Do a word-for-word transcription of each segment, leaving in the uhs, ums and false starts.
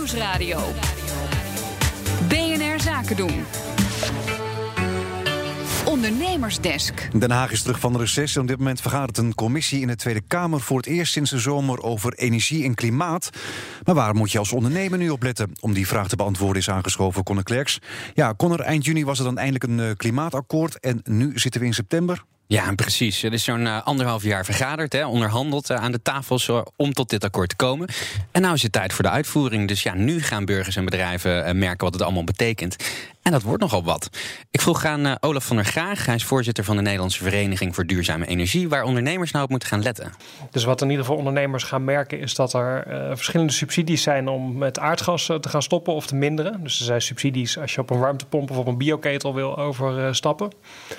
Nieuwsradio. B N R Zaken doen. Ondernemersdesk. Den Haag is terug van de recess en op dit moment vergadert een commissie in de Tweede Kamer voor het eerst sinds de zomer over energie en klimaat. Maar waar moet je als ondernemer nu op letten? Om die vraag te beantwoorden is aangeschoven Conor Klerks. Ja, Conor, eind juni was er dan eindelijk een uh, klimaatakkoord en nu zitten we in september. Ja, precies. Er is zo'n uh, anderhalf jaar vergaderd, hè, onderhandeld uh, aan de tafels uh, om tot dit akkoord te komen. En nou is het tijd voor de uitvoering. Dus ja, nu gaan burgers en bedrijven uh, merken wat het allemaal betekent. En dat wordt nogal wat. Ik vroeg aan uh, Olaf van der Graag. Hij is voorzitter van de Nederlandse Vereniging voor Duurzame Energie, waar ondernemers nou op moeten gaan letten. Dus wat in ieder geval ondernemers gaan merken is dat er uh, verschillende subsidies zijn om met aardgas uh, te gaan stoppen of te minderen. Dus er zijn subsidies als je op een warmtepomp of op een bioketel wil overstappen.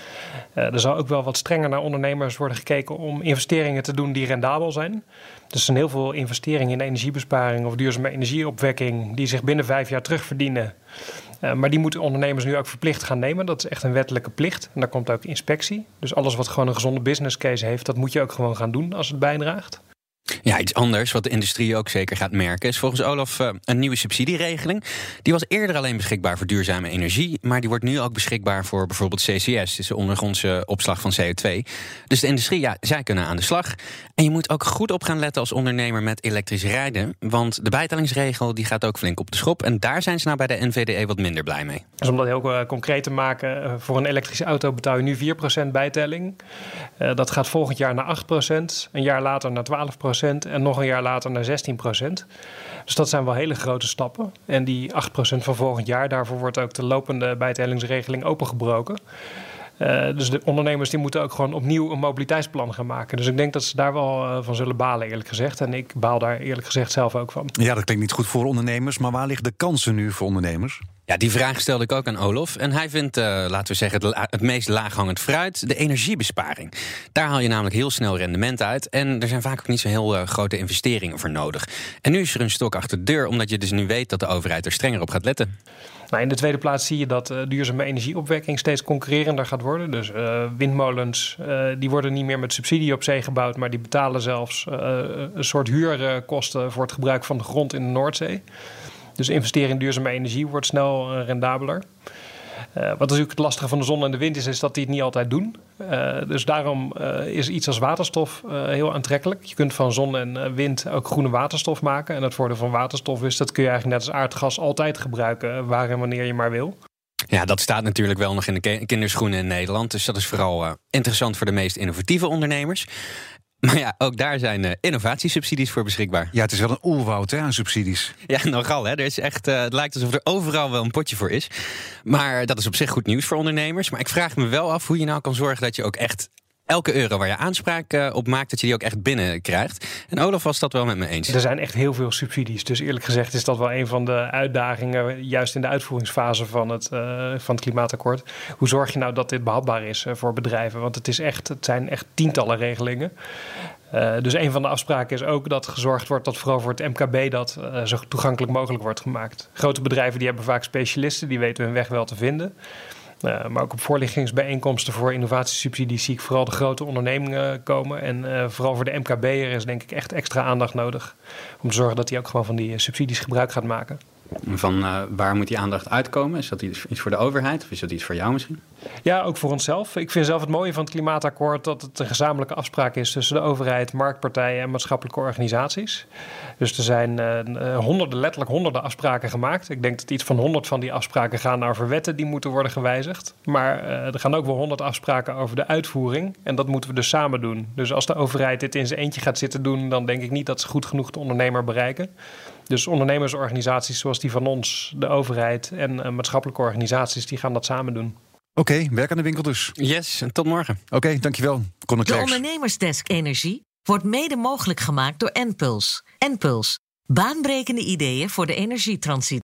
Uh, er zal ook wel wat strenger naar ondernemers worden gekeken om investeringen te doen die rendabel zijn. Dus er zijn heel veel investeringen in energiebesparing of duurzame energieopwekking die zich binnen vijf jaar terugverdienen. Uh, maar die moeten ondernemers nu ook verplicht gaan nemen. Dat is echt een wettelijke plicht. En daar komt ook inspectie. Dus alles wat gewoon een gezonde business case heeft, dat moet je ook gewoon gaan doen als het bijdraagt. Ja, iets anders wat de industrie ook zeker gaat merken is volgens Olaf uh, een nieuwe subsidieregeling. Die was eerder alleen beschikbaar voor duurzame energie, maar die wordt nu ook beschikbaar voor bijvoorbeeld C C S, dus de ondergrondse opslag van C O twee. Dus de industrie, ja, zij kunnen aan de slag. En je moet ook goed op gaan letten als ondernemer met elektrisch rijden, want de bijtellingsregel die gaat ook flink op de schop en daar zijn ze nou bij de N V D E wat minder blij mee. Dus om dat heel uh, concreet te maken, uh, voor een elektrische auto betaal je nu vier procent bijtelling. Uh, dat gaat volgend jaar naar acht procent, een jaar later naar twaalf procent. En nog een jaar later naar zestien procent. Dus dat zijn wel hele grote stappen. En die acht procent van volgend jaar, daarvoor wordt ook de lopende bijtellingsregeling opengebroken. Uh, dus de ondernemers die moeten ook gewoon opnieuw een mobiliteitsplan gaan maken. Dus ik denk dat ze daar wel uh, van zullen balen, eerlijk gezegd. En ik baal daar eerlijk gezegd zelf ook van. Ja, dat klinkt niet goed voor ondernemers. Maar waar liggen de kansen nu voor ondernemers? Ja, die vraag stelde ik ook aan Olaf. En hij vindt, uh, laten we zeggen, het, la- het meest laaghangend fruit, de energiebesparing. Daar haal je namelijk heel snel rendement uit. En er zijn vaak ook niet zo heel uh, grote investeringen voor nodig. En nu is er een stok achter de deur, omdat je dus nu weet dat de overheid er strenger op gaat letten. Nou, in de tweede plaats zie je dat uh, duurzame energieopwekking steeds concurrerender gaat worden. Dus uh, windmolens uh, die worden niet meer met subsidie op zee gebouwd, maar die betalen zelfs uh, een soort huurkosten voor het gebruik van de grond in de Noordzee. Dus investeren in duurzame energie wordt snel uh, rendabeler. Uh, wat natuurlijk het lastige van de zon en de wind is, is dat die het niet altijd doen. Uh, dus daarom uh, is iets als waterstof uh, heel aantrekkelijk. Je kunt van zon en uh, wind ook groene waterstof maken. En het voordeel van waterstof is, dat kun je eigenlijk net als aardgas altijd gebruiken, waar en wanneer je maar wil. Ja, dat staat natuurlijk wel nog in de kinderschoenen in Nederland. Dus dat is vooral uh, interessant voor de meest innovatieve ondernemers. Maar ja, ook daar zijn uh, innovatiesubsidies voor beschikbaar. Ja, het is wel een oerwoud hè, aan subsidies. Ja, nogal. Hè. Er is echt, uh, het lijkt alsof er overal wel een potje voor is. Maar dat is op zich goed nieuws voor ondernemers. Maar ik vraag me wel af hoe je nou kan zorgen dat je ook echt elke euro waar je aanspraak uh, op maakt, dat je die ook echt binnenkrijgt. En Olaf was dat wel met me eens. Er zijn echt heel veel subsidies. Dus eerlijk gezegd is dat wel een van de uitdagingen, juist in de uitvoeringsfase van het, uh, van het klimaatakkoord. Hoe zorg je nou dat dit behapbaar is uh, voor bedrijven? Want het, is echt, het zijn echt tientallen regelingen. Uh, dus een van de afspraken is ook dat gezorgd wordt dat vooral voor het M K B dat uh, zo toegankelijk mogelijk wordt gemaakt. Grote bedrijven die hebben vaak specialisten, die weten hun weg wel te vinden. Uh, maar ook op voorlichtingsbijeenkomsten voor innovatiesubsidies zie ik vooral de grote ondernemingen komen. En uh, vooral voor de M K B'er is denk ik echt extra aandacht nodig om te zorgen dat hij ook gewoon van die subsidies gebruik gaat maken. Van uh, waar moet die aandacht uitkomen? Is dat iets voor de overheid of is dat iets voor jou misschien? Ja, ook voor onszelf. Ik vind zelf het mooie van het klimaatakkoord dat het een gezamenlijke afspraak is tussen de overheid, marktpartijen en maatschappelijke organisaties. Dus er zijn uh, honderden, letterlijk honderden afspraken gemaakt. Ik denk dat iets van honderd van die afspraken gaan over wetten die moeten worden gewijzigd. Maar uh, er gaan ook wel honderd afspraken over de uitvoering. En dat moeten we dus samen doen. Dus als de overheid dit in zijn eentje gaat zitten doen, dan denk ik niet dat ze goed genoeg de ondernemer bereiken. Dus ondernemersorganisaties zoals die van ons, de overheid en uh, maatschappelijke organisaties, die gaan dat samen doen. Oké, okay, werk aan de winkel dus. Yes, en tot morgen. Oké, okay, dankjewel. Conor Klerks. De Ondernemersdesk Energie wordt mede mogelijk gemaakt door Enpuls. Enpuls, baanbrekende ideeën voor de energietransitie.